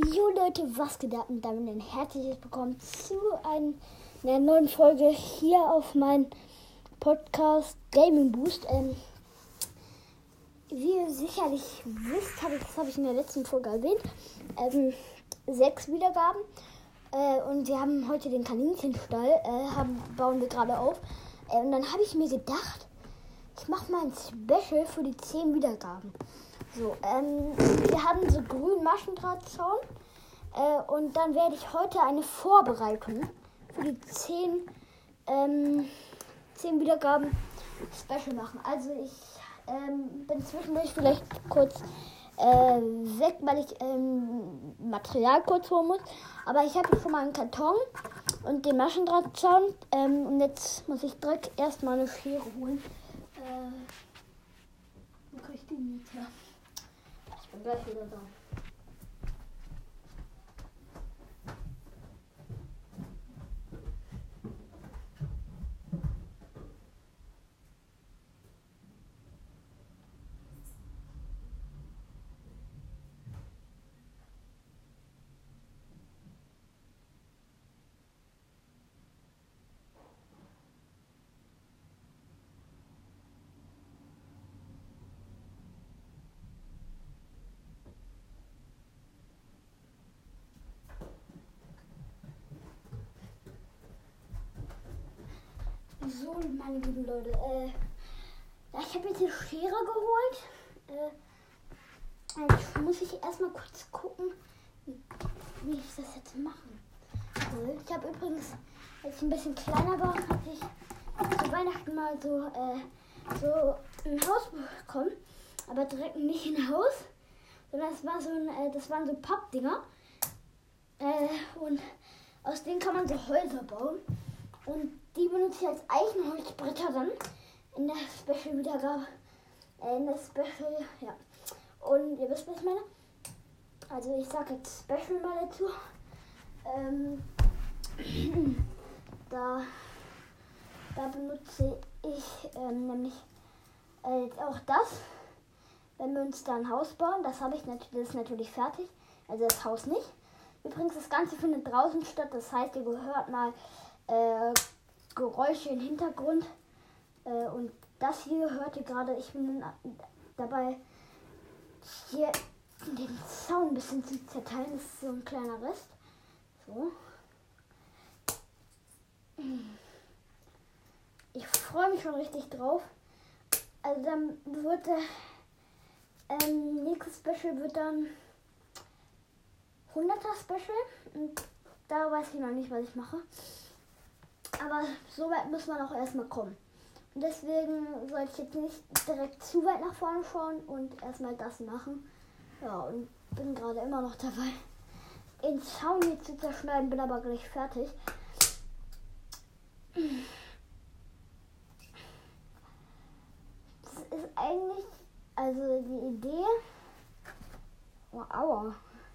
Jo Leute, was geht ab und damit ein herzliches Willkommen zu einer neuen Folge hier auf meinem Podcast Gaming Boost. Wie ihr sicherlich wisst, das habe ich in der letzten Folge erwähnt, 6 Wiedergaben und wir haben heute den Kaninchenstall, bauen wir gerade auf. Und dann habe ich mir gedacht, ich mache mal ein Special für die 10 Wiedergaben. So, wir haben so grünen Maschendrahtzaun und dann werde ich heute eine Vorbereitung für die 10 Wiedergaben Special machen. Also ich bin zwischendurch vielleicht kurz weg, weil ich Material kurz holen muss. Aber ich habe schon mal einen Karton und den Maschendrahtzaun und jetzt muss ich direkt erstmal eine Schere holen. Wo kriege ich die nicht her? Ich bin gleich wieder da. So, meine lieben Leute, ich habe jetzt die Schere geholt. Jetzt muss ich erstmal kurz gucken, wie ich das jetzt mache. Also, ich habe übrigens, als ich ein bisschen kleiner war, hatte ich zu Weihnachten mal so ein Haus bekommen, aber direkt nicht ein Haus, sondern das waren so Pappdinger. Und aus denen kann man so Häuser bauen. Und die benutze ich als Eichenholzbretter dann in der Special-Wiedergabe. Ja. Und ihr wisst, was ich meine? Also ich sage jetzt Special mal dazu. Da benutze ich nämlich auch das, wenn wir uns da ein Haus bauen. Das ist natürlich fertig, also das Haus nicht. Übrigens, das Ganze findet draußen statt, das heißt, ihr hört mal Geräusche im Hintergrund und das hier hört ihr gerade. Ich bin dabei, hier den Zaun ein bisschen zu zerteilen. Das ist so ein kleiner Rest. So. Ich freue mich schon richtig drauf. Also dann wird nächstes Special wird dann 100er Special und da weiß ich noch nicht, was ich mache. Aber so weit muss man auch erstmal kommen. Und deswegen sollte ich jetzt nicht direkt zu weit nach vorne schauen und erstmal das machen. Ja, und bin gerade immer noch dabei, den Zaun hier zu zerschneiden, bin aber gleich fertig. Das ist eigentlich, also die Idee. Oh, aua.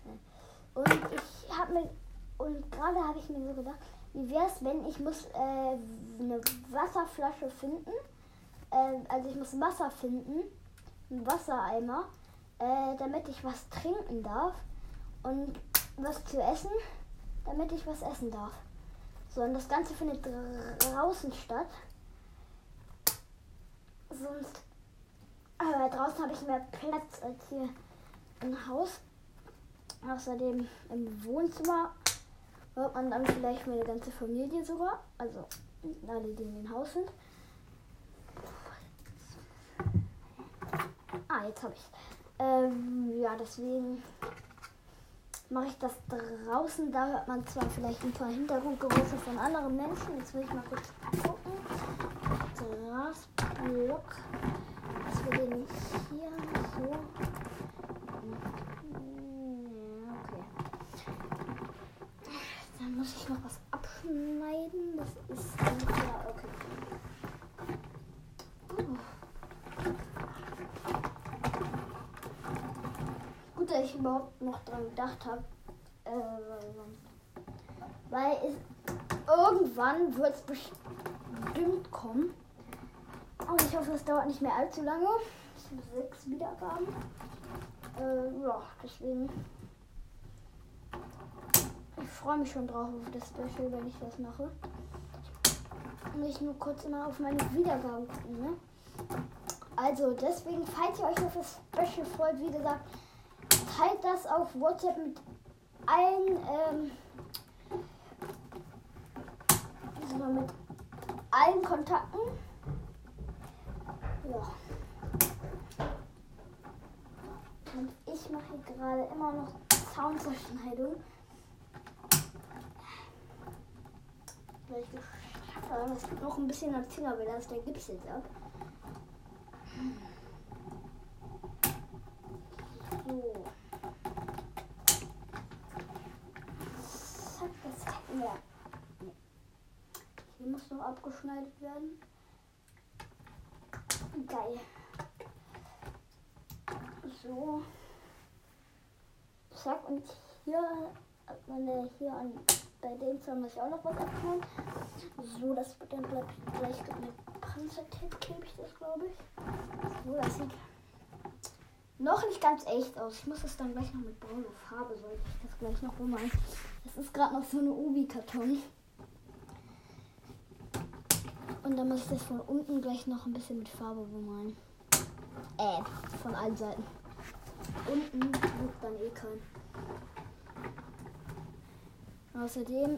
Und gerade habe ich mir so gedacht, wie wäre es, wenn ich muss eine Wasserflasche finden, also ich muss Wasser finden, einen Wassereimer, damit ich was trinken darf und was zu essen, damit ich was essen darf. So, und das Ganze findet draußen statt. Sonst, draußen habe ich mehr Platz als hier im Haus. Außerdem im Wohnzimmer hört man dann vielleicht meine ganze Familie sogar. Also alle, die in dem Haus sind. Jetzt habe ich ja, deswegen mache ich das draußen. Da hört man zwar vielleicht ein paar Hintergrundgeräusche von anderen Menschen. Jetzt will ich mal kurz gucken. Grasblock. Was wir denn hier so... Dann muss ich noch was abschneiden. Das ist ja okay. Gut, dass ich überhaupt noch dran gedacht habe. Weil irgendwann wird es bestimmt kommen. Und ich hoffe, es dauert nicht mehr allzu lange. Es sind 6 Wiedergaben. Ja, deswegen freue mich schon drauf auf das Special, wenn ich das mache. Muss ich nur kurz immer auf meine Wiedergaben gucken, ne? Also deswegen, falls ihr euch auf das Special freut, wie gesagt, teilt das auf WhatsApp mit allen, mit allen Kontakten. Ja. Und ich mache hier gerade immer noch Soundverschneidung. Weil ich geschafft habe, es gibt noch ein bisschen Erzähler, aber da ist der Gips jetzt ab. So. Zack, das hätten wir. Nee. Hier muss noch abgeschneidet werden. Geil. So. Zack, und hier hat man hier an bei dem Zaun muss ich auch noch was abschneiden. So, das wird dann gleich mit Panzertape klebe ich das, glaube ich. So, das sieht noch nicht ganz echt aus. Ich muss das dann gleich noch mit brauner Farbe, sollte ich das gleich noch bemalen. Das ist gerade noch so eine Ubi-Karton. Und dann muss ich das von unten gleich noch ein bisschen mit Farbe bemalen. Von allen Seiten. Unten liegt dann eh kein. Außerdem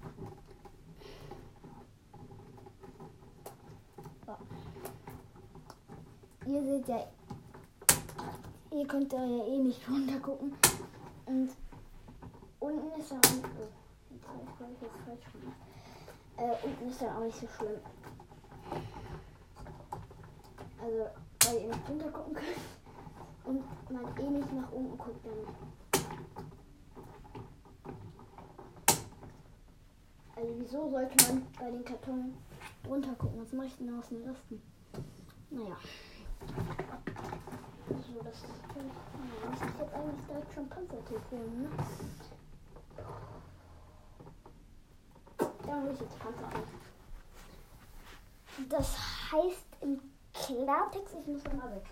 ihr seht ja, ihr könnt da ja eh nicht runter gucken. Und unten ist dann unten ist dann auch nicht so schlimm. Also, weil ihr nicht runter gucken könnt und man eh nicht nach unten guckt, dann. Also wieso sollte man bei den Karton runter gucken? Was mache ich denn aus den Resten? Naja. So, das muss ich jetzt eigentlich direkt schon Panzertape holen, ne? Dann hole ich jetzt Panzertape. Das heißt im Klartext, ich muss dann mal weg.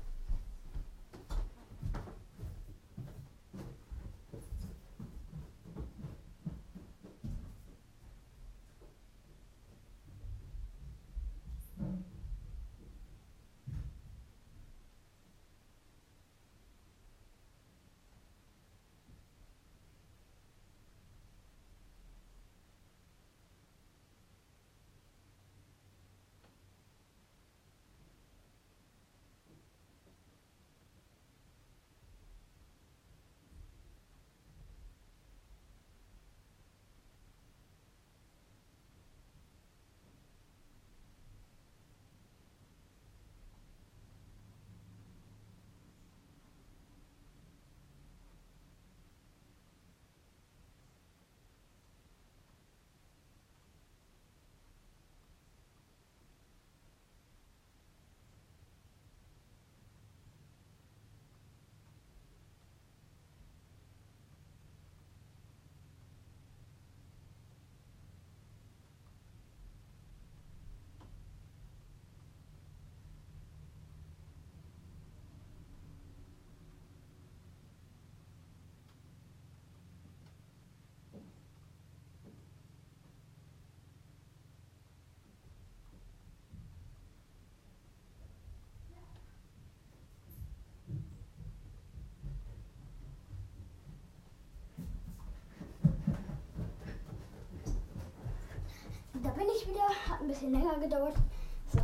Da bin ich wieder. Hat ein bisschen länger gedauert. So.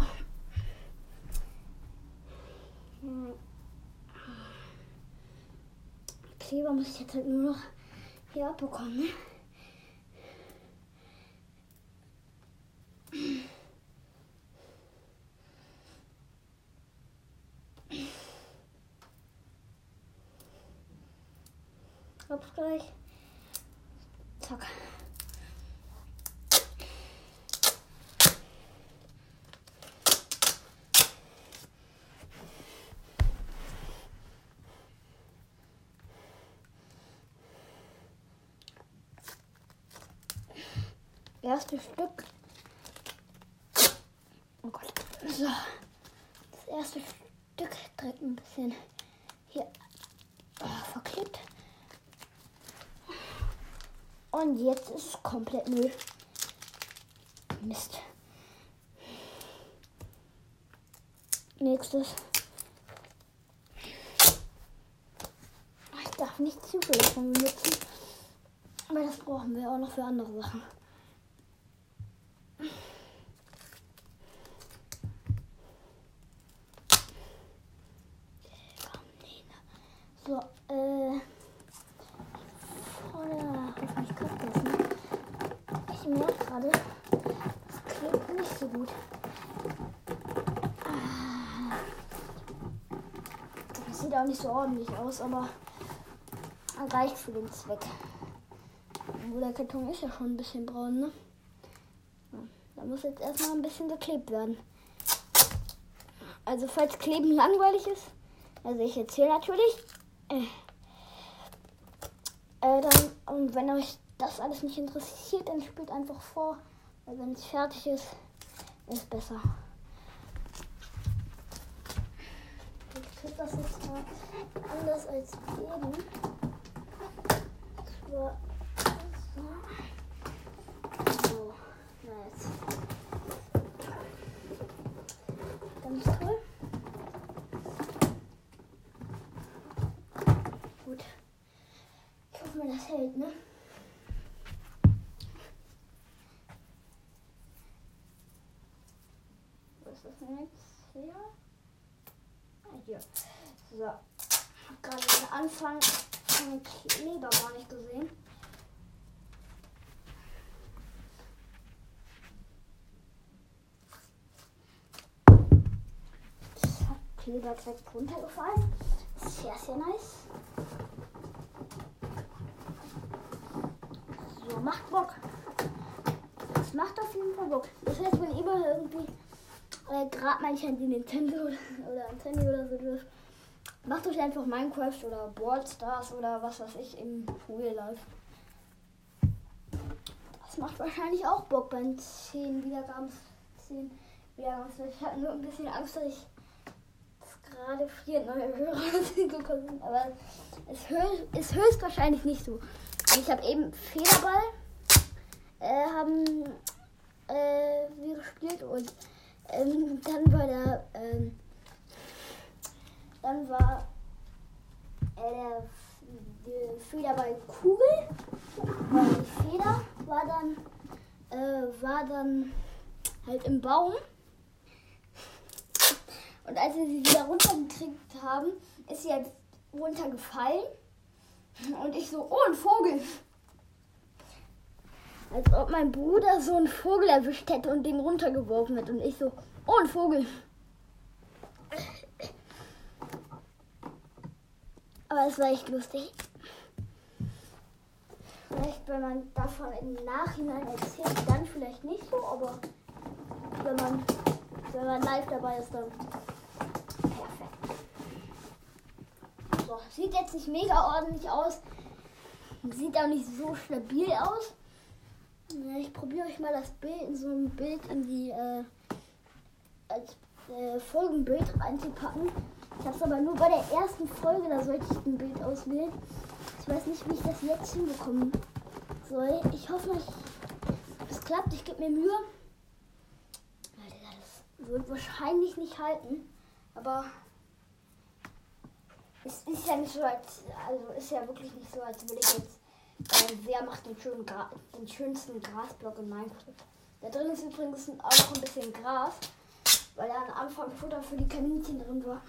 Kleber muss ich jetzt halt nur noch hier abbekommen, ne? Hab's gleich. Zack. Erste Stück. Oh Gott. So. Das erste Stück direkt ein bisschen hier verklebt. Und jetzt ist es komplett Müll. Mist. Nächstes. Ich darf nicht zu viel davon benutzen. Aber das brauchen wir auch noch für andere Sachen. So, hoffentlich klappt das nicht. Ich merke gerade, das klebt nicht so gut. Das sieht auch nicht so ordentlich aus, aber reicht für den Zweck. Obwohl der Karton ist ja schon ein bisschen braun, ne? Da muss jetzt erstmal ein bisschen geklebt werden. Also falls Kleben langweilig ist, also ich erzähle natürlich, dann, und wenn euch das alles nicht interessiert, dann spielt einfach vor, weil wenn es fertig ist, ist besser. Ich kriege das jetzt mal anders als eben. So, na jetzt. Ganz toll. Gut. Ich hoffe mal, das hält, ne? Wo ist das denn jetzt? Hier? Ah, hier. So. Ich habe gerade den Anfang von Kleber gar nicht gesehen. Kleber direkt runtergefallen. Sehr, sehr nice. So, macht Bock. Das macht auf jeden Fall Bock. Das heißt, wenn ihr mal irgendwie gerade manchmal die Nintendo oder ein Handy oder so dürft, macht euch einfach Minecraft oder Brawl Stars oder was weiß ich im Real Life. Das macht wahrscheinlich auch Bock beim 10 Wiedergaben. Ich hatte nur ein bisschen Angst, dass ich gerade 4 neue Hörer gekommen sind, aber es ist höchstwahrscheinlich nicht so. Ich habe eben Federball haben wir gespielt und dann war der Federball Kugel, weil die Feder war dann halt im Baum. Und als wir sie wieder runtergekriegt haben, ist sie halt runtergefallen. Und ich so, oh, ein Vogel. Als ob mein Bruder so einen Vogel erwischt hätte und den runtergeworfen hätte. Und ich so, oh, ein Vogel. Aber es war echt lustig. Vielleicht, wenn man davon im Nachhinein erzählt, dann vielleicht nicht so. Aber wenn man live dabei ist, dann perfekt. So, sieht jetzt nicht mega ordentlich aus. Sieht auch nicht so stabil aus. Ich probiere euch mal das Bild in so ein Bild in die als Folgenbild reinzupacken. Ich habe es aber nur bei der ersten Folge, da sollte ich ein Bild auswählen. Ich weiß nicht, wie ich das jetzt hinbekommen soll. Ich hoffe, es klappt. Ich gebe mir Mühe. Das wird wahrscheinlich nicht halten, aber es ist ja nicht so, ist ja wirklich nicht so, als würde ich jetzt wer macht den schönsten Grasblock in Minecraft. Da drin ist übrigens auch noch ein bisschen Gras, weil da am Anfang Futter für die Kaninchen drin war.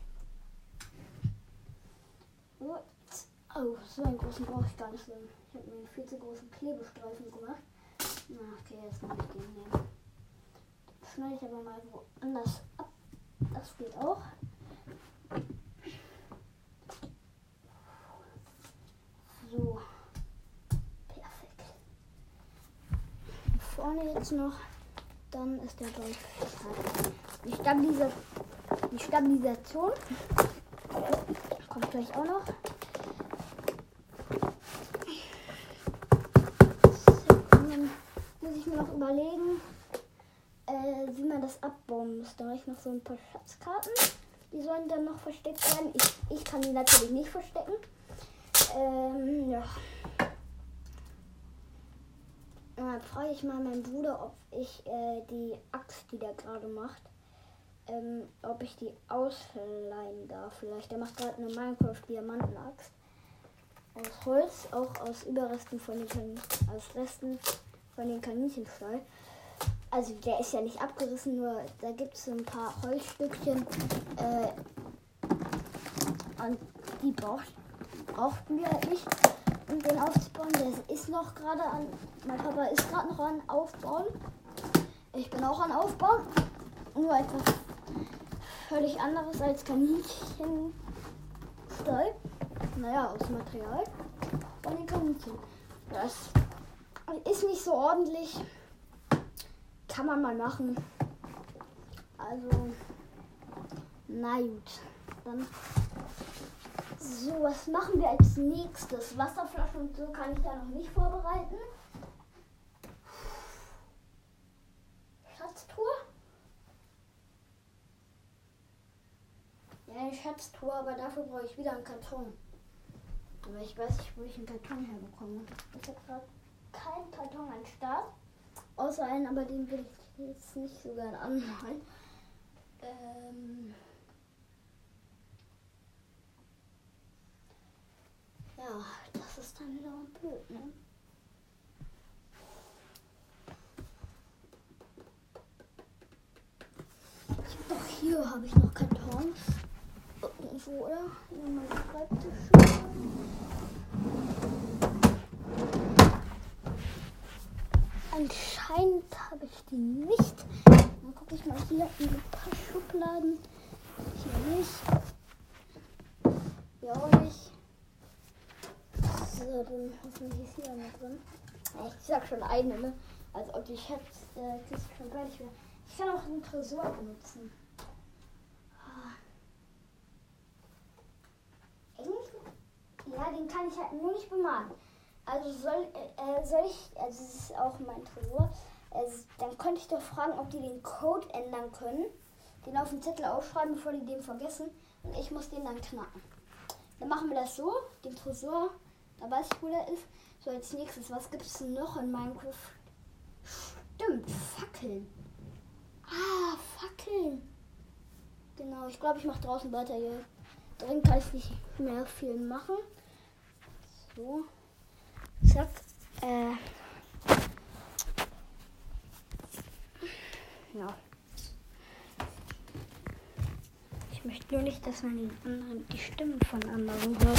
Oh, so einen großen brauche ich gar nicht. Ich habe mir einen viel zu großen Klebestreifen gemacht. Na, okay, jetzt kann ich den nehmen. Den schneide ich aber mal woanders ab. Das geht auch. So. Vorne jetzt noch, dann ist der Ball fertig. Die Stabilisation kommt gleich auch noch. So, dann muss ich mir noch überlegen, wie man das abbauen muss. Da habe ich noch so ein paar Schatzkarten, die sollen dann noch versteckt werden. Ich kann die natürlich nicht verstecken. Ja. Dann frage ich mal meinen Bruder, ob ich die Axt, die der gerade macht, ob ich die ausleihen darf. Vielleicht. Der macht gerade eine Minecraft-Diamantenaxt. Aus Holz, auch aus Überresten von den Resten von den Kaninchenstall. Also der ist ja nicht abgerissen, nur da gibt es so ein paar Holzstückchen. Und die brauchten wir halt nicht, um den aufzubauen. Der ist noch gerade an. Mein Papa ist gerade noch an Aufbauen. Ich bin auch an Aufbauen. Nur etwas völlig anderes als Kaninchenstall. Naja, aus Material von den Kaninchen. Das ist nicht so ordentlich. Kann man mal machen. Also, na gut. Dann so, was machen wir als nächstes? Wasserflaschen und so kann ich da noch nicht vorbereiten. Schatztruhe? Ja, eine Schatztruhe, aber dafür brauche ich wieder einen Karton. Aber ich weiß nicht, wo ich einen Karton herbekomme. Ich habe gerade keinen Karton am Start. Außer einen, aber den will ich jetzt nicht so gerne anmalen. Ja, das ist dann wieder blöd, ne? Hier habe ich noch Kartons. Irgendwo, oder? Hier mein Schreibtisch. Anscheinend habe ich die nicht. Dann gucke ich mal hier in ein paar Schubladen. Hier nicht. Hier auch nicht. So, dann hoffentlich ist hier eine drin. Ich sag schon eine, ne? Also ob die Schatzkiste schon fertig wäre. Ich kann auch einen Tresor benutzen. Ja, den kann ich halt nur nicht bemalen. Also soll ich, also das ist auch mein Tresor, dann könnte ich doch fragen, ob die den Code ändern können, den auf den Zettel aufschreiben, bevor die den vergessen, und ich muss den dann knacken. Dann machen wir das so, den Tresor, da weiß ich, wo der ist. So, als nächstes, was gibt es noch in Minecraft? Stimmt, Fackeln. Ah, Fackeln. Genau, ich glaube, ich mache draußen weiter hier. Drin kann ich nicht mehr viel machen. So. Zack. Ja. Ich möchte nur nicht, dass man die Stimmen von anderen hört.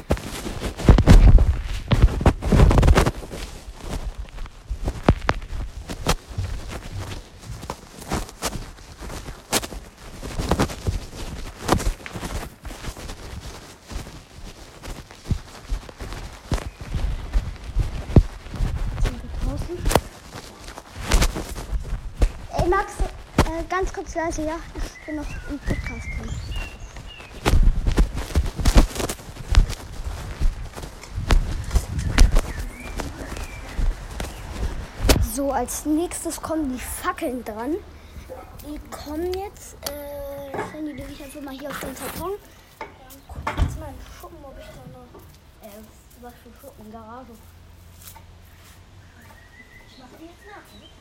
Max, ganz kurz leise, ja, ich bin noch im Podcast drin. So, als nächstes kommen die Fackeln dran. Die kommen jetzt, die lege ich einfach mal hier auf den Karton. Dann guck ich jetzt mal in den Schuppen, ob ich da noch, was für Schuppen, Garage. Ich mache die jetzt nach, ne?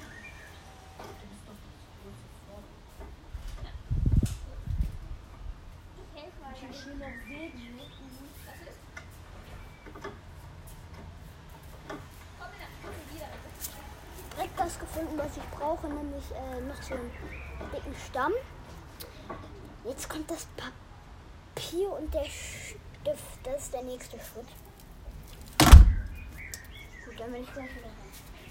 Direkt das gefunden, was ich brauche, nämlich noch so einen dicken Stamm. Jetzt kommt das Papier und der Stift, das ist der nächste Schritt. Gut, dann bin ich gleich wieder rein.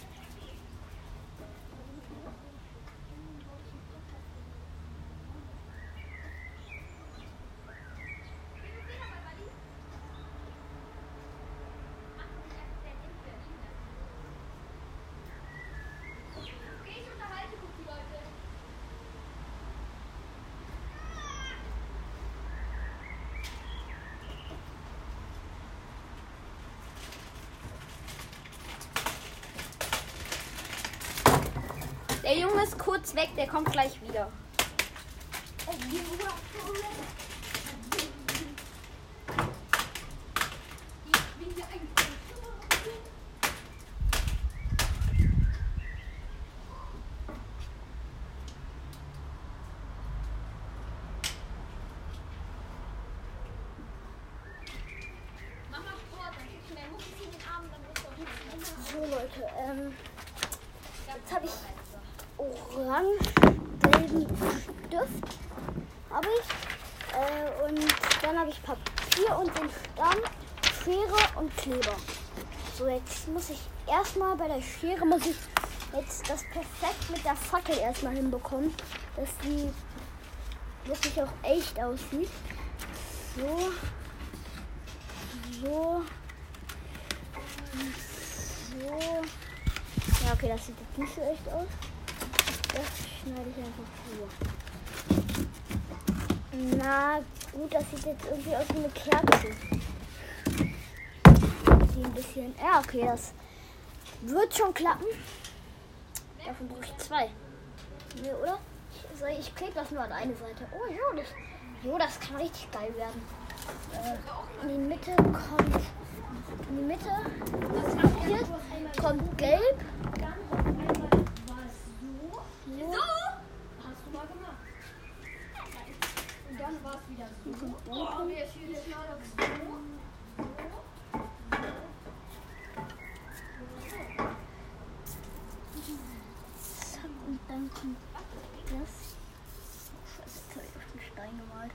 Der Junge ist kurz weg, der kommt gleich wieder. Jetzt habe ich orange-gelben Stift. Habe ich. Und dann habe ich Papier und den Stamm, Schere und Kleber. So, jetzt muss ich erstmal bei der Schere jetzt das perfekt mit der Fackel erstmal hinbekommen, dass die wirklich auch echt aussieht. So. Ja, okay, das sieht jetzt nicht so echt aus. Das schneide ich einfach so. Na gut, das sieht jetzt irgendwie aus wie eine Kerze. Die ein bisschen. Ja, okay, das wird schon klappen. Davon brauche ich 2. Nee, oder? Ich klebe das nur an eine Seite. Oh jo, das kann richtig geil werden. In die Mitte kommt Gelb. So? Hast du mal gemacht. Und dann war es wieder so. Oh, wir spielen jetzt mal auf so. Zack, und dann kommt das. Scheiße, jetzt habe ich auf den Stein gemalt.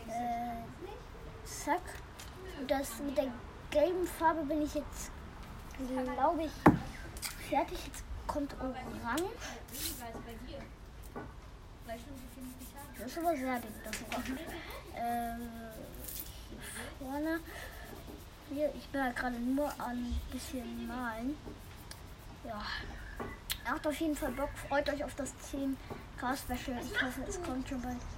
Zack. Und das mit der gelben Farbe bin ich jetzt, glaube ich, fertig. Jetzt kommt Orange. Das ist aber sehr dick, das Orange. Hier vorne. Hier, ich bin halt gerade nur ein bisschen malen. Ja. Habt auf jeden Fall Bock, freut euch auf das 10K-Special. Ich hoffe, es kommt schon bald.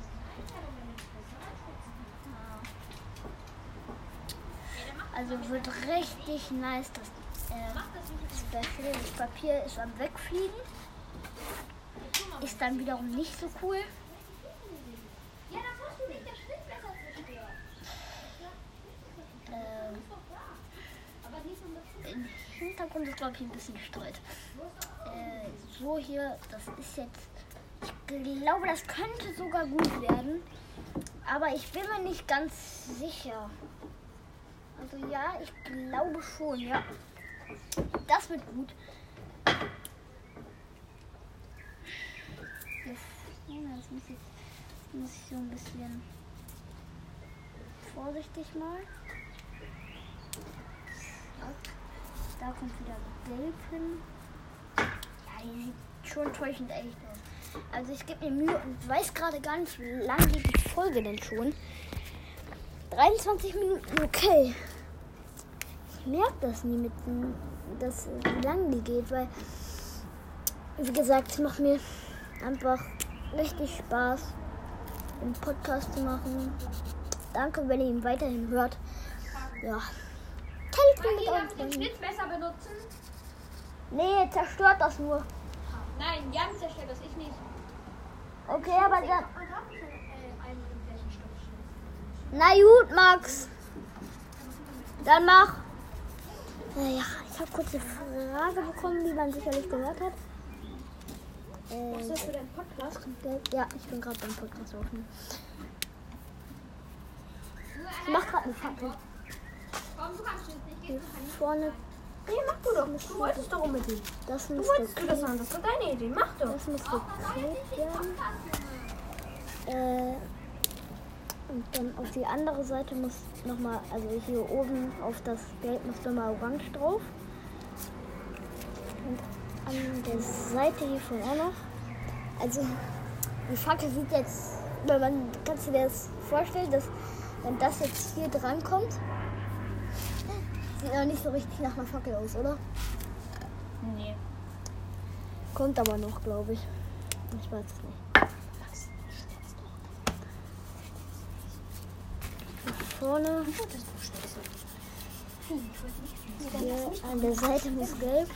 Also wird richtig nice das Special. Das Papier ist am Wegfliegen. Ist dann wiederum nicht so cool. Ja, dann musst du nicht das Schnitt besser zerstören. Im Hintergrund ist, glaube ich, ein bisschen Streit. So hier, das ist jetzt. Ich glaube, das könnte sogar gut werden. Aber ich bin mir nicht ganz sicher. Also ja, ich glaube schon, ja. Das wird gut. Jetzt muss ich so ein bisschen vorsichtig mal. Da kommt wieder Gelb hin. Ja, die sieht schon täuschend echt aus. Also ich gebe mir Mühe und weiß gerade gar nicht, wie lange geht die Folge denn schon. 23 Minuten, okay. Ich merke das nie, wie lange die geht, weil, wie gesagt, es macht mir einfach richtig Spaß, einen Podcast zu machen. Danke, wenn ihr ihn weiterhin hört. Ja. Darf ich den Schnitt besser benutzen? Nee, zerstört das nur. Nein, Jan zerstört das, ich nicht. Okay, aber dann... Na gut, Max. Dann mach. Ja, ich habe kurz eine Frage bekommen, die man sicherlich gehört hat. Was ist das für dein Podcast? Ja, ich bin gerade beim Podcast aufnehmen. Ich mach gerade eine Fackel. Warum du kannst jetzt nicht gehen? Vorne. Nee, mach du doch. Du wolltest doch unbedingt. Das Du müsste wolltest du das machen, das war deine Idee. Mach doch. Das müsste geklebt werden. Und dann auf die andere Seite muss nochmal, also hier oben auf das Gelb muss nochmal Orange drauf. Und an der Seite hiervon auch noch. Also die Fackel sieht jetzt, kannst du dir das vorstellen, dass wenn das jetzt hier dran kommt, sieht noch nicht so richtig nach einer Fackel aus, oder? Nee. Kommt aber noch, glaube ich. Ich weiß es nicht. Vorne. Hier an der Seite muss gelb.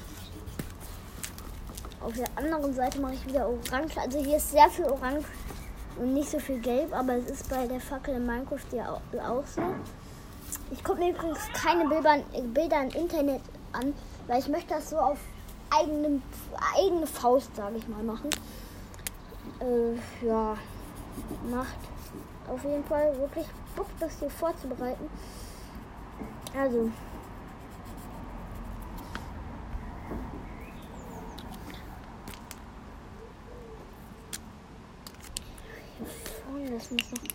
Auf der anderen Seite mache ich wieder orange. Also hier ist sehr viel orange und nicht so viel gelb, aber es ist bei der Fackel in Minecraft ja auch so. Ich gucke mir übrigens keine Bilder im Internet an, weil ich möchte das so auf eigene Faust, sage ich mal, machen. Ja, macht auf jeden Fall wirklich Bock, das hier vorzubereiten. Also, das muss noch.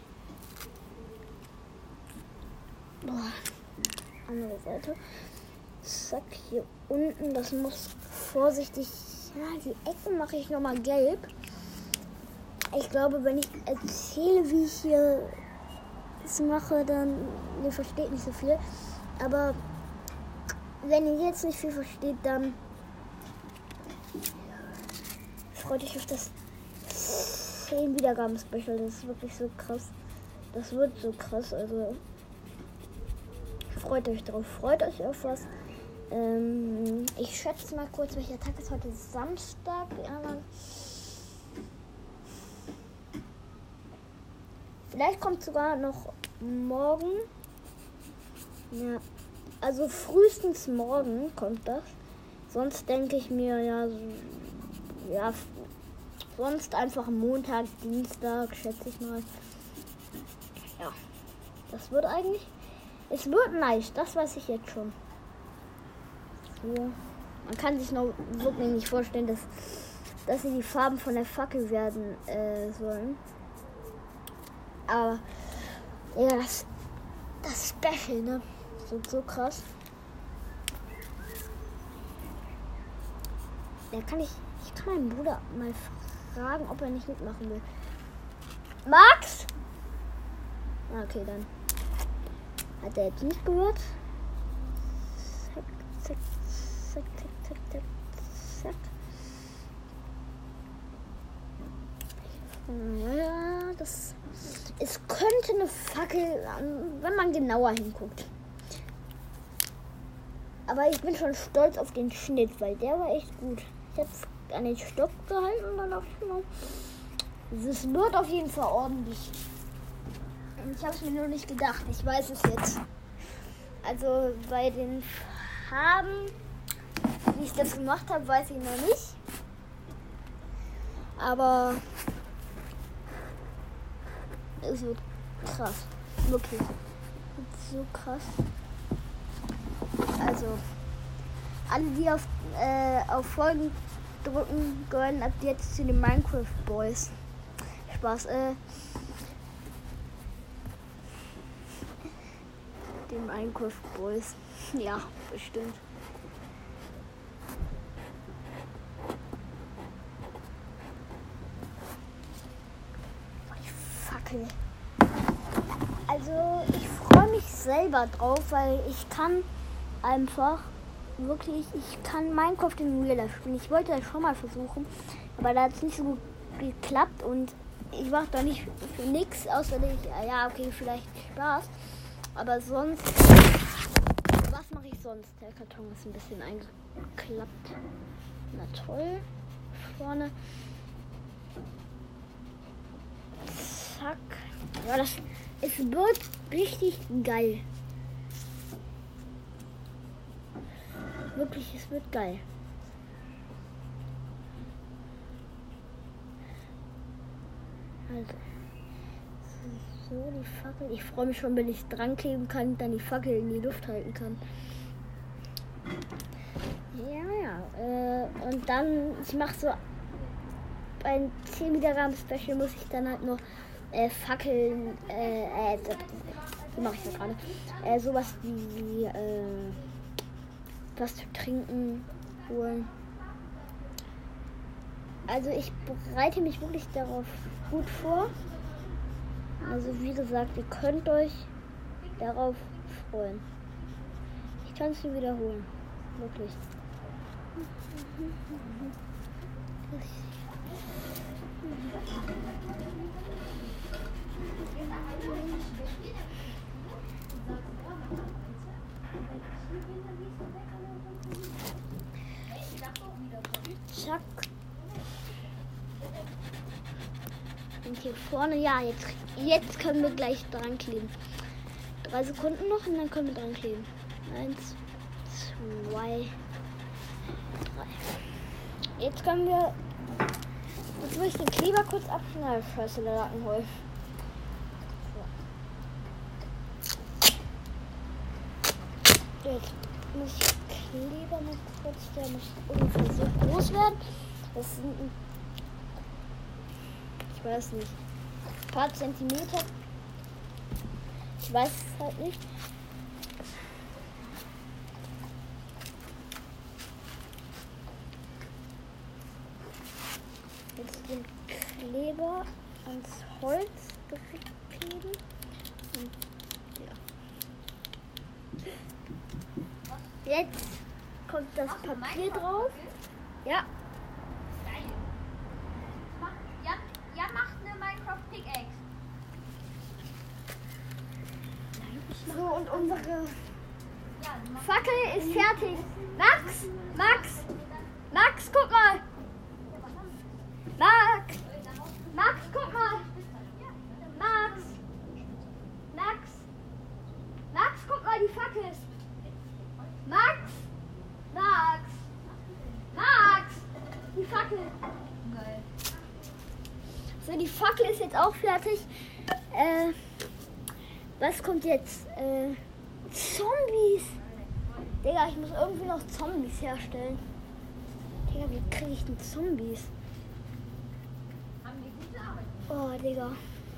Boah. Andere Seite. Zack, hier unten. Das muss vorsichtig. Ja, die Ecken mache ich nochmal gelb. Ich glaube, wenn ich erzähle, wie ich hier das mache, dann ihr versteht nicht so viel. Aber wenn ihr jetzt nicht viel versteht, dann freut euch auf das 10 Wiedergaben-Special. Das ist wirklich so krass. Das wird so krass. Also freut euch drauf. Freut euch auf was. Ich schätze mal kurz, welcher Tag ist heute? Samstag. Ja, dann vielleicht kommt sogar noch morgen. Ja, also frühestens morgen kommt das. Sonst denke ich mir, ja, sonst einfach Montag, Dienstag, schätze ich mal. Ja, das wird eigentlich, es wird nice, das weiß ich jetzt schon. So. Man kann sich noch wirklich nicht vorstellen, dass sie die Farben von der Fackel werden sollen. Aber ja, das Special, ne? So krass. Ich kann meinen Bruder mal fragen, ob er nicht mitmachen will. Max? Okay, dann hat er jetzt nicht gehört. Zack, zack, zack, zack, zack, zack. Ja, es könnte eine Fackel, wenn man genauer hinguckt. Aber ich bin schon stolz auf den Schnitt, weil der war echt gut. Ich habe es an den Stock gehalten und dann dachte ich mal, es wird auf jeden Fall ordentlich. Ich habe es mir nur nicht gedacht. Ich weiß es jetzt. Also bei den Farben, wie ich das gemacht habe, weiß ich noch nicht. Aber es wird krass. Wirklich. So krass. Also, alle, die auf Folgen drücken, gehören ab jetzt zu den Minecraft Boys. Spaß, den Minecraft Boys. Ja, bestimmt. Die Fackel. Also, ich freue mich selber drauf, weil ich kann einfach wirklich, ich kann Minecraft in Real Life spielen. Ich wollte das schon mal versuchen, aber da hat es nicht so gut geklappt und ich mache da nicht für nichts, außer ja, okay, vielleicht Spaß. Aber sonst, was mache ich sonst? Der Karton ist ein bisschen eingeklappt. Na toll. Vorne. Zack. Ja, es wird richtig geil. Wirklich, es wird geil. Also. So, die Fackel. Ich freue mich schon, wenn ich dran kleben kann und dann die Fackel in die Luft halten kann. Ja. Und dann, ich mache so beim 10 Wiedergaben Special muss ich dann halt noch Fackeln, wie mache ich das gerade? Sowas wie was zu trinken holen. Also ich bereite mich wirklich darauf gut vor. Also wie gesagt, ihr könnt euch darauf freuen. Ich kann es nur wiederholen. Wirklich. Zack. Und hier vorne, ja, jetzt können wir gleich dran kleben. 3 Sekunden noch und dann können wir dran kleben. 1, 2, 3. Jetzt können wir. Jetzt will ich den Kleber kurz abschneiden. Scheiße, der Laken holen. So. Jetzt muss ich Kleber mal kurz, der muss ungefähr so groß werden. Das sind, ich weiß nicht. paar Zentimeter. Ich weiß es halt nicht. Jetzt den Kleber ans Holz kleben. Und ja. Jetzt kommt das Papier drauf. Ja. Geil. Jan macht eine Minecraft-Pickaxe. So, und unsere Ja, du machst Fackel ist fertig. Max, guck mal. Max, guck mal. Max, guck mal die Fackel. Max, die Fackel. geil. So, die Fackel ist jetzt auch fertig. Was kommt jetzt? Zombies. Digga, ich muss irgendwie noch Zombies herstellen. Digga, wie kriege ich denn Zombies? Haben die gute Arbeit? Oh, Digga.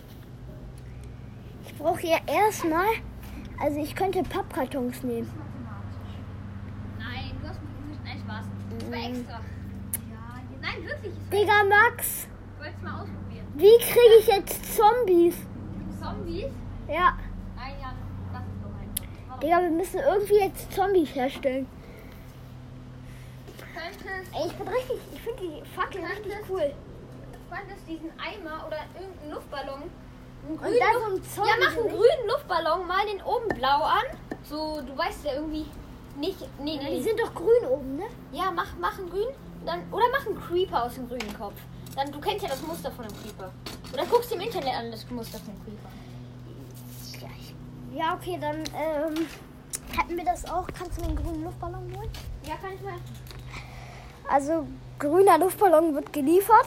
Ich brauche ja erstmal... Also ich könnte Pappkartons nehmen. Nein, du hast nein, Spaß. Das war extra. Ja, nein, wirklich. Digga, Max, Ich wollte es mal ausprobieren. wie kriege ich jetzt Zombies? Zombies? Ja, Nein, Jan, das ist doch einfach. Digga, wir müssen irgendwie jetzt Zombies herstellen. Könntest, Ich finde die Fackel richtig cool. du könntest diesen Eimer oder irgendeinen Luftballon. Einen Und grünen dann Luft- so ein Zombie. Ja, mach einen grünen Luftballon, mal den oben blau an. So, du weißt ja irgendwie nicht. Nee. Die sind doch grün oben, ne? Ja, mach einen grün. Dann, oder mach einen Creeper aus dem grünen Kopf. Dann, du kennst ja das Muster von einem Creeper. Oder guckst dir im Internet an das Muster von einem Creeper. Ja, okay, dann hätten wir das auch. Kannst du mir einen grünen Luftballon holen? Ja, kann ich mal. Also, grüner Luftballon wird geliefert.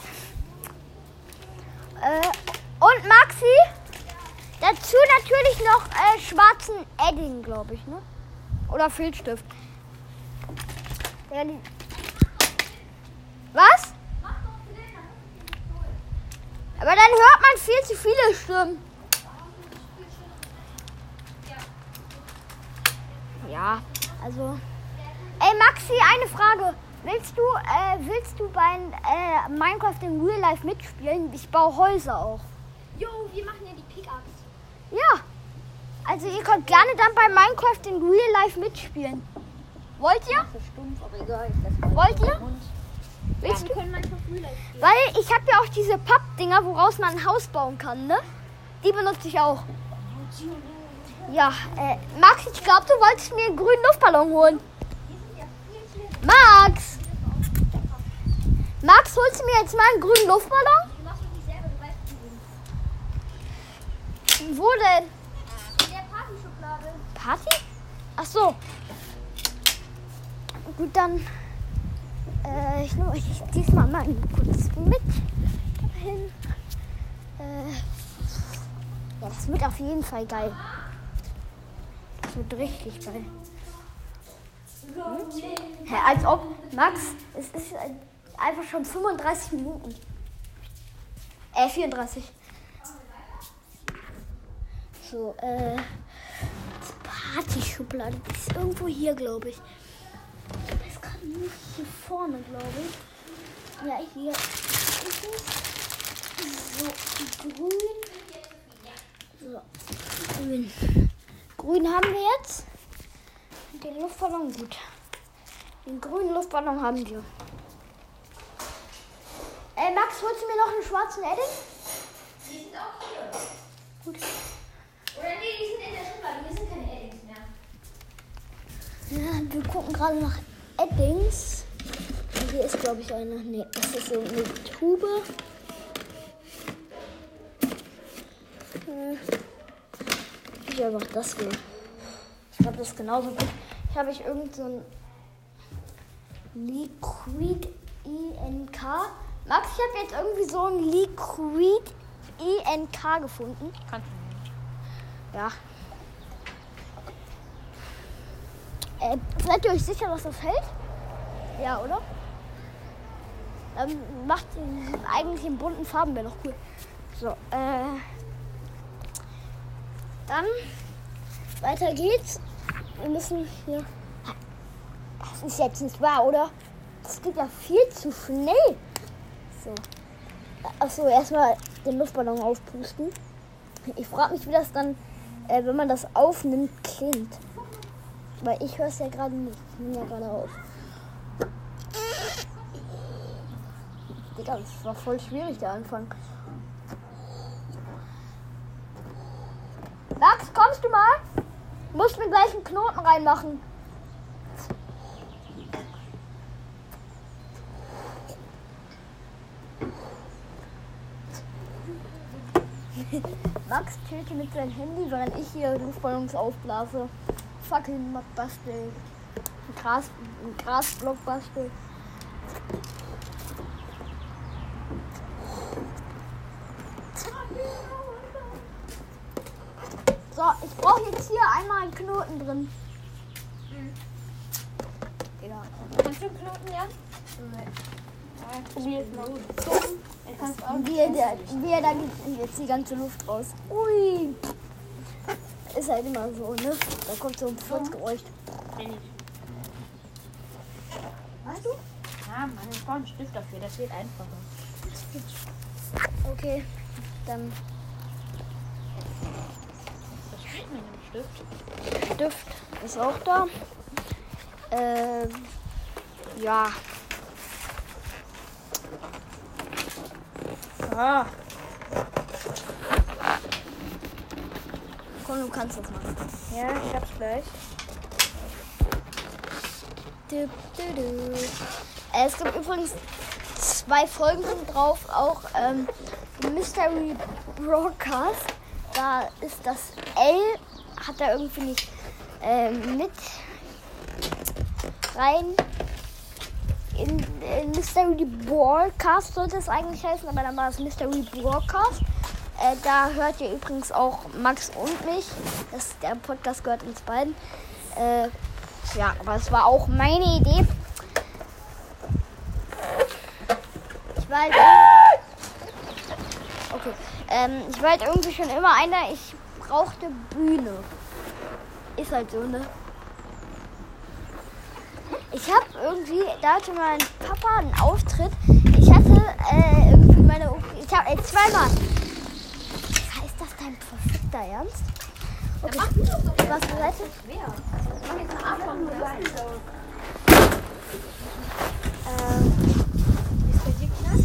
Und Maxi, dazu natürlich noch schwarzen Edding, glaube ich, ne? Oder Filzstift. Ja, was? Aber dann hört man viel zu viele Stimmen. Ja, also. Ey Maxi, eine Frage. Willst du bei Minecraft in Real Life mitspielen? Ich baue Häuser auch. Jo, wir machen ja die Pickaxe. Ja. Also ihr könnt gerne dann bei Minecraft in Real Life mitspielen. Wollt ihr? Das ist stumpf, aber egal. Wollt ihr? Ja, Willst wir du? können manchmal Frühlight spielen. Weil ich habe ja auch diese Pappdinger, woraus man ein Haus bauen kann, ne? Die benutze ich auch. Ja, Max, ich glaube, du wolltest mir einen grünen Luftballon holen. Max! Max, holst du mir jetzt mal einen grünen Luftballon? Du machst es nicht selber, du weißt es. Wo denn? In der Partyschublade. Party? Ach so. Gut, dann ich nehme euch diesmal mal kurz mit dahin. Ja, das wird auf jeden Fall geil. Das wird richtig geil. Hä, als ob, Max, es ist einfach schon 35 Minuten. 34. So, die Partyschublade, die ist irgendwo hier, glaube ich. Ich weiß gerade nicht, hier vorne, glaube ich. Ja, hier ist es. So, grün. So, grün. Grün haben wir jetzt. Und den Luftballon, gut. Den grünen Luftballon haben wir. Max, holst du mir noch einen schwarzen Edding? Die sind auch hier. Gut. Oder nee, die sind in der Schublade. Hier sind keine Eddings mehr. Ja, wir gucken gerade nach Eddings. Und hier ist, glaube ich, eine. Nee, das ist so eine Tube. Ich einfach das hier. Ich glaube, das ist genauso gut. Hier habe ich irgend so ein Liquid INK. Max, ich habe jetzt irgendwie so ein Liquid INK gefunden. Kannst du. Ja. Seid ihr euch sicher, dass das hält? Ja, oder? Macht eigentlich in bunten Farben wäre noch cool. So, dann weiter geht's. Wir müssen hier. Das ist jetzt nicht wahr, oder? Das geht ja viel zu schnell. So. Achso, erstmal den Luftballon aufpusten. Ich frage mich, wie das dann, wenn man das aufnimmt, klingt. Weil ich höre es ja gerade nicht. Ich nehme ja gerade auf. Digga, das war voll schwierig, der Anfang. Max, kommst du mal? Du musst mir gleich einen Knoten reinmachen. Max chillt mit seinem Handy, während ich hier Luftballons aufblase. Fackeln bastel. Ein Grasblock bastel. So, ich brauche jetzt hier einmal einen Knoten drin. Genau. Kannst du einen Knoten, ja? Probier es mal. Wie er da geht jetzt die ganze Luft raus. Ui. Ist halt immer so, ne? Da kommt so ein Furzgeräusch. Weißt du? Ja, man braucht einen Stift dafür, das wird einfacher. Okay, dann Was steht mit dem Stift? Stift ist auch da. Ja. Ah. Komm, du kannst das machen. Ja, ich hab's gleich. Es gibt übrigens 2 Folgen drauf, auch Mystery Broadcast. Da ist das L, hat er irgendwie nicht mit rein. In Mystery Broadcast sollte es eigentlich heißen, aber dann war es Mystery Broadcast. Da hört ihr übrigens auch Max und mich. Der Podcast gehört uns beiden. Ja, aber es war auch meine Idee. Ich war halt irgendwie schon immer einer. Ich brauchte Bühne. Ist halt so, ne? Ich habe irgendwie, da hatte mein Papa einen Auftritt. Ich hatte irgendwie ich habe zweimal. Ist das dein perfekter Ernst? Okay. Was bedeutet? Schwer. Mach jetzt einen Anfang nur rein. Ist bei dir knapp?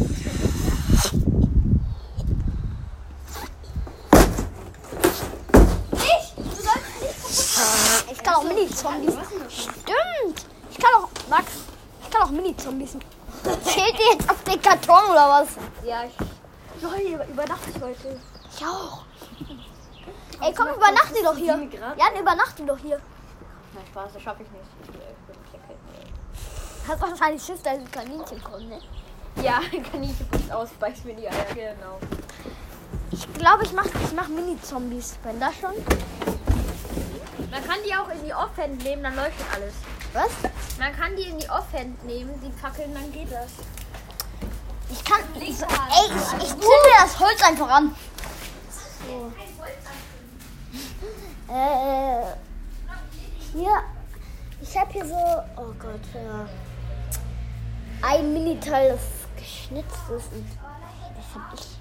Nicht! Du sollst nicht kaputt. Ich kann auch Mini-Zombies. Stimmt. Max, ich kann auch Mini-Zombies. Zählt ihr jetzt auf den Karton oder was? Ja, Leute, übernachte ich heute. Ich auch. Ey, komm, übernachte doch hier. Jan, übernachte doch hier. Nein, Spaß, das schaffe ich nicht. Ich bin Hast wahrscheinlich Schiss, dass ein Kaninchen kommt, ne? ja, Kaninchen putzt aus, beißt mir die Eier, genau. Ich glaube, ich mach Mini-Zombies. Wenn das schon. Man kann die auch in die Offhand nehmen, dann leuchtet alles. Was? Man kann die in die Offhand nehmen, die Fackeln, dann geht das. Ich zünde das Holz einfach an. So. Hier. Ich habe hier so. Oh Gott, ja. Ein Mini-Teil, das geschnitzt ist. Und das hab ich.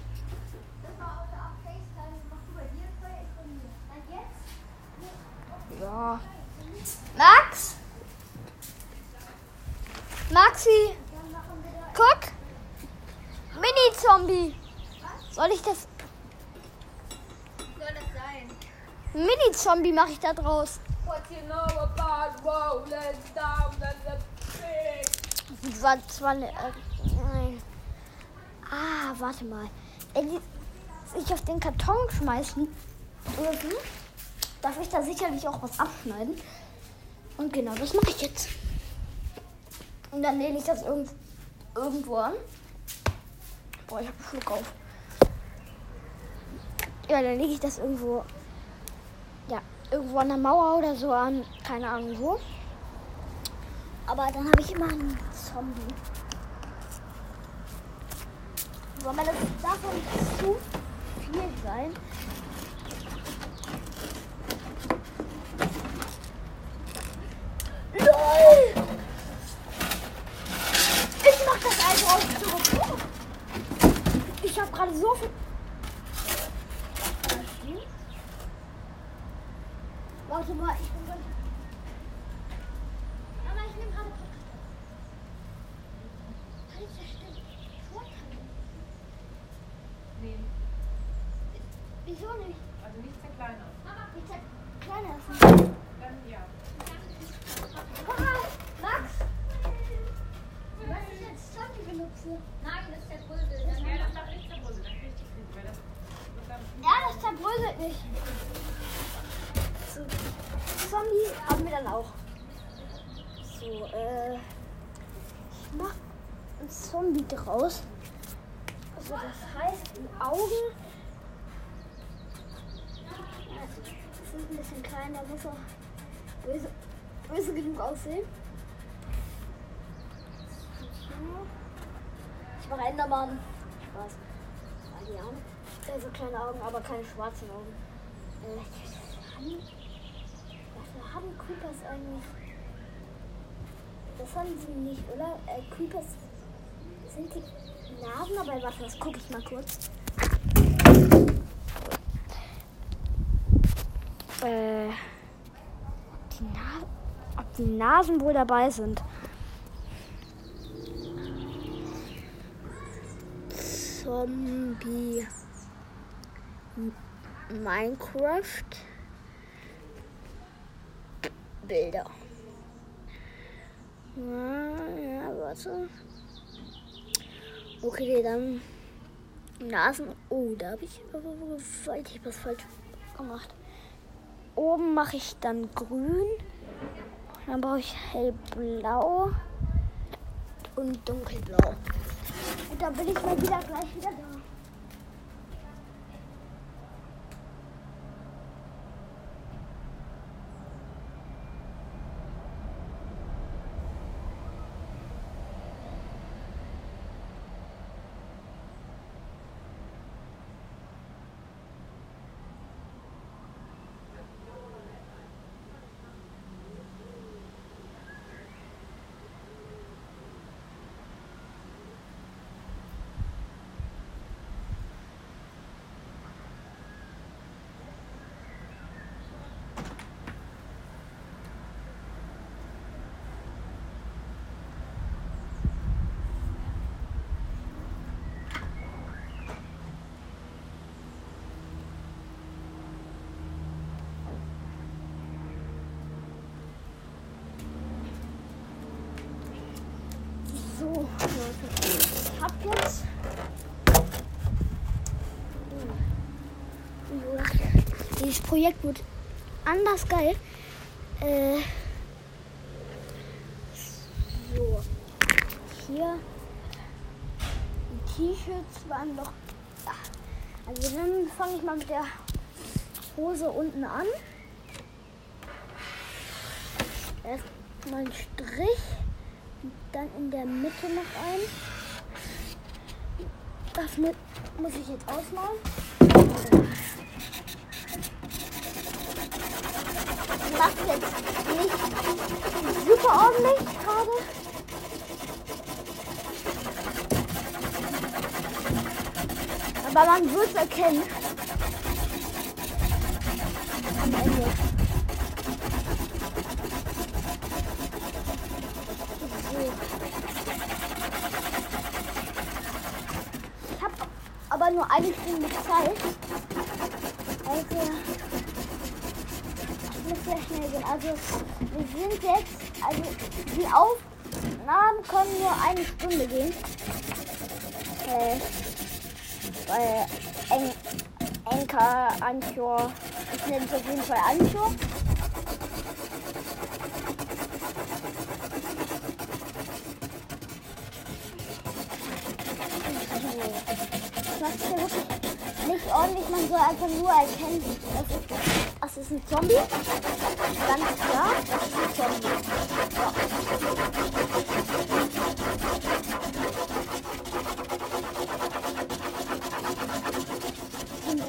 Ja. Max? Maxi? Guck! Mini-Zombie! Soll ich das? Soll das sein? Mini-Zombie mache ich da draus. What you know about rolling down the street? Das war zwar eine. Nein. Ah, warte mal. Wenn die sich auf den Karton schmeißen dürfen, darf ich da sicherlich auch was abschneiden. Und genau, das mache ich jetzt. Und dann lehne ich das irgendwo an. Boah, ich habe einen Schluck auf. Ja, dann lege ich das irgendwo. Ja, irgendwo an der Mauer oder so an. Keine Ahnung wo. Aber dann habe ich immer einen Zombie. Weil man das davon zu schwierig sein. LOL! Ich mach das einfach aus zurück. Ich hab gerade so viel. Warte mal, ich bin gerade. Aber ich nehme gerade Podcast auf. Kann ich das stimmen? Nee, Wieso nicht? also nicht zerkleinern. Mama, ich zeig kleiner essen. Dann ja. Max! Was ich jetzt Zombie benutze? Nein, das ist der Brösel. Ja, das darf nicht der Brösel. Das ist richtig gut, weil das dann. Ja, das zerbröselt nicht. So, Zombie haben wir dann auch. So, ich mach ein Zombie draus. Also das heißt, die Augen sind ein bisschen klein, da muss er böse genug aussehen. Ich mache Endermann. Spaß. Die Arme. So kleine Augen, aber keine schwarzen Augen. Was haben Creepers eigentlich? Das haben sie nicht, oder? Creepers sind die Nasen, aber warte, das gucke ich mal kurz. Ob die Nasen wohl dabei sind. Zombie Minecraft Bilder. Ja, warte. Okay, dann Nasen. Oh, da habe ich was falsch gemacht. Oben mache ich dann grün. Dann brauche ich hellblau und dunkelblau. Und dann bin ich mal gleich wieder da. So, Leute, ich hab jetzt dieses Projekt wird anders geil. So, hier die T-Shirts waren doch. Also dann fange ich mal mit der Hose unten an. Erstmal einen Strich. Dann in der Mitte noch ein. Das muss ich jetzt ausmalen. Ich mache jetzt nicht super ordentlich gerade. Aber man wird es erkennen. Am Ende. Ich habe aber nur eine Stunde Zeit. Also, ich muss sehr schnell gehen. Also, wir sind jetzt, also die Aufnahmen können nur eine Stunde gehen. Weil Anchor, ich nenne es auf jeden Fall Anchor. Das ist ja wirklich nicht ordentlich, man soll einfach nur erkennen, das ist ein Zombie. Ganz klar, das ist ein Zombie. Ja. Und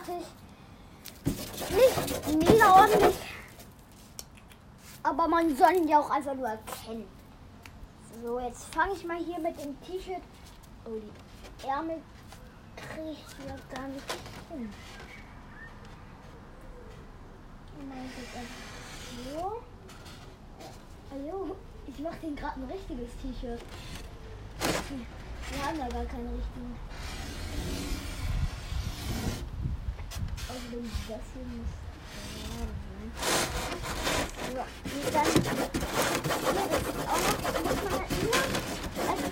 fertig. Nicht mega ordentlich. Aber man soll ihn ja auch einfach nur erkennen. So, jetzt fange ich mal hier mit dem T-Shirt. Oh, die Ärmel kriege ich ja gar nicht hin. So. Also, ich mache den gerade ein richtiges T-Shirt. Wir haben da gar keine richtigen. Also, das hier muss. So, und dann hier ist auch noch, muss man halt nur, also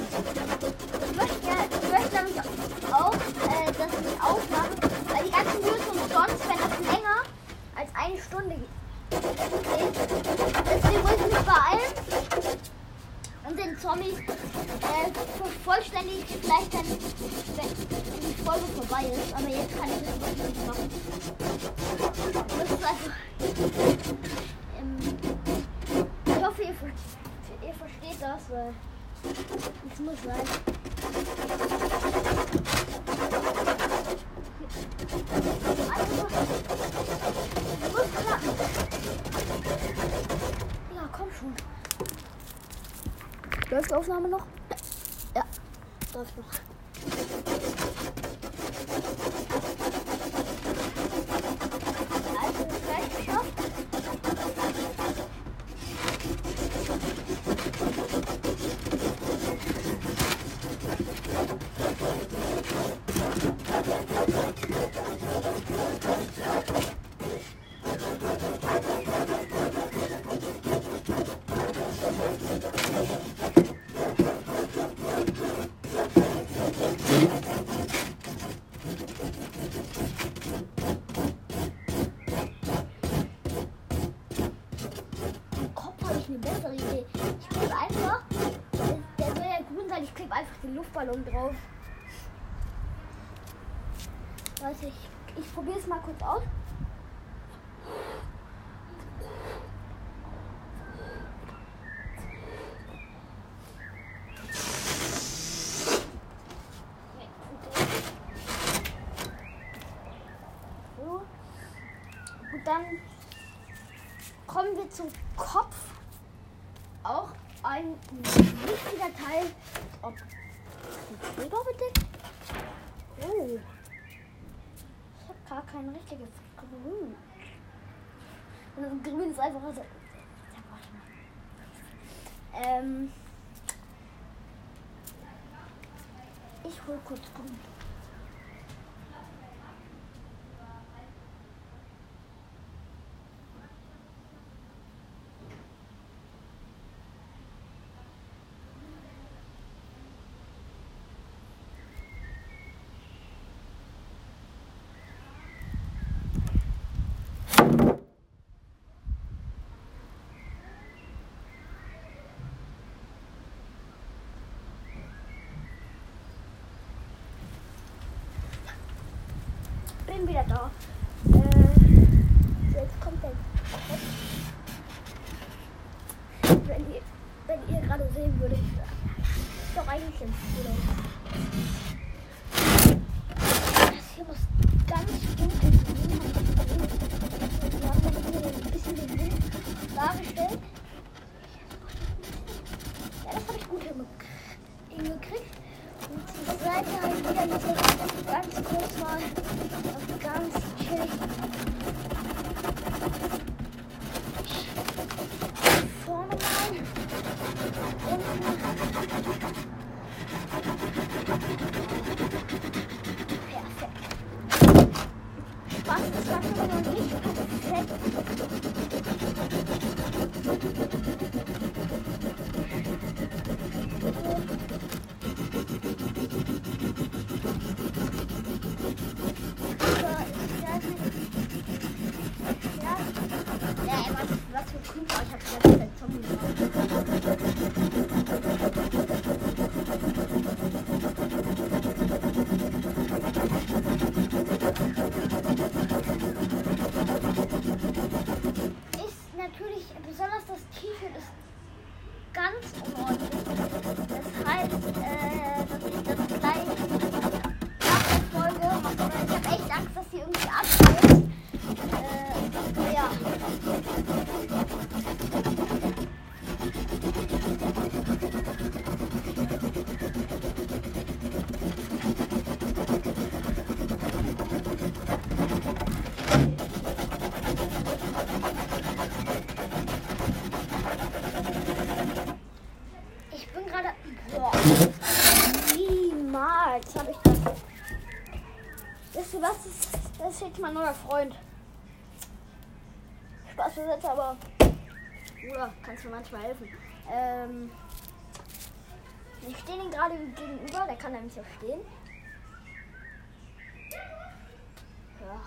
ich möchte nämlich auch das nicht aufmachen, weil die ganzen Videos umsonst, wenn das länger als eine Stunde geht. Deswegen muss ich mich beeilen und den Zombie vollständig vielleicht dann, wenn die Folge vorbei ist, aber jetzt kann ich das wirklich nicht machen. Das ist einfach, ich hoffe, ihr versteht das, weil es muss sein. Muss klappen. Ja, komm schon. Läuft die Aufnahme noch? Ja, läuft noch. Also, gleich geschafft. Luftballon drauf. Warte, ich probiere es mal kurz aus. So. Und dann kommen wir zum Kopf. Auch ein wichtiger Teil. Ob die Träger bedeckt? Oh. Ich habe gar kein richtiges Grün. Und Grün ist einfach so. Ich hol kurz Grün. Bin wieder da. Jetzt kommt der Kopf. Wenn ihr gerade sehen würdet, ist doch eigentlich ganz cool aus. Das hier muss ganz dunkel sein. Wir haben hier ein bisschen den Wind dargestellt. Ja, das habe ich gut hingekriegt. Und zur Seite habe ich wieder diese ganz kurz mal ganz chillig vorne rein. Perfekt. Was ist das noch nicht perfekt? Jetzt habe ich das. Wisst ihr was? Das ist jetzt mein neuer Freund. Spaß beiseite, aber. Bruder, kannst du mir manchmal helfen? Ich stehe ihm gerade gegenüber, der kann nämlich auch stehen. Ja.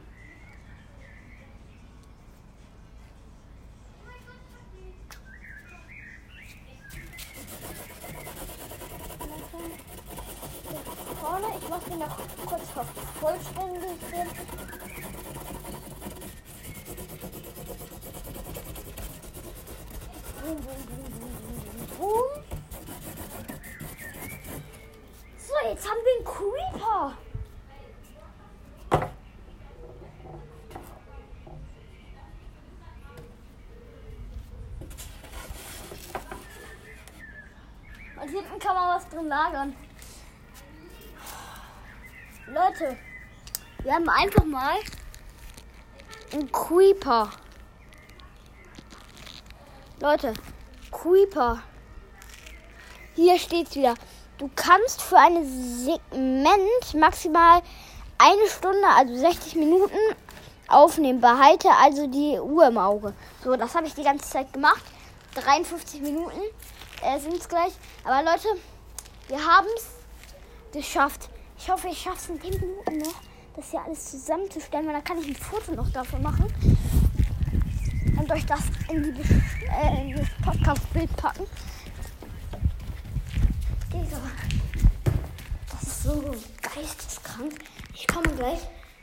Vorne, ich mache den noch kurz vollständig. So, jetzt haben wir einen Creeper. Und hinten kann man was drin lagern. Leute, wir haben einfach mal einen Creeper. Leute, Creeper. Hier steht's wieder. Du kannst für ein Segment maximal 1 Stunde, also 60 Minuten aufnehmen. Behalte also die Uhr im Auge. So, das habe ich die ganze Zeit gemacht. 53 Minuten sind es gleich. Aber Leute, wir haben es geschafft. Ich hoffe, ich schaffe es in 10 Minuten noch, das hier alles zusammenzustellen, weil dann kann ich ein Foto noch davon machen und euch das in das Podcast-Bild packen. Digga, das ist so geisteskrank. Ich komme gleich.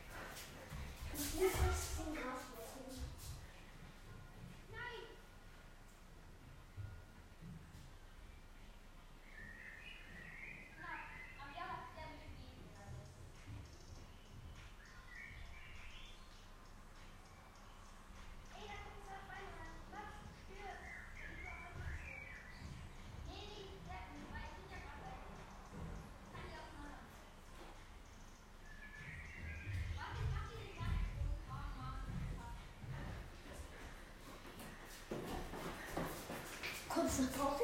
Kommst du nach draußen?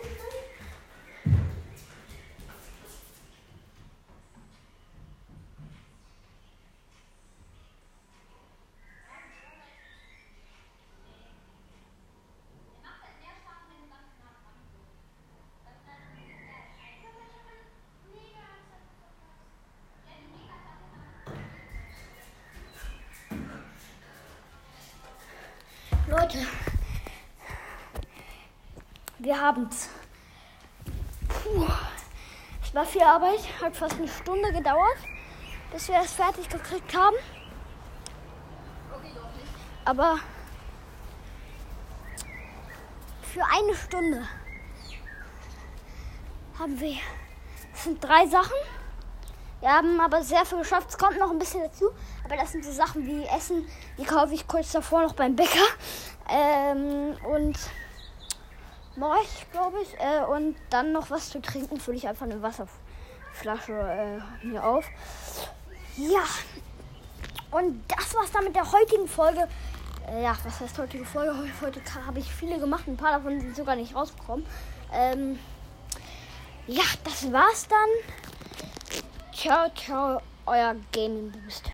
Leute, wir haben's. Es war viel Arbeit, hat fast eine Stunde gedauert, bis wir es fertig gekriegt haben. Aber für 1 Stunde haben wir, es sind 3 Sachen. Wir haben aber sehr viel geschafft. Es kommt noch ein bisschen dazu. Aber das sind so Sachen wie Essen. Die kaufe ich kurz davor noch beim Bäcker. Und Morch, glaube ich. Und dann noch was zu trinken. Fülle ich einfach eine Wasserflasche mir auf. Ja. Und das war's dann mit der heutigen Folge. Ja, was heißt heutige Folge? Heute habe ich viele gemacht. Ein paar davon sind sogar nicht rausgekommen. Ja, das war's dann. Ciao, ciao, euer Gaming Boost.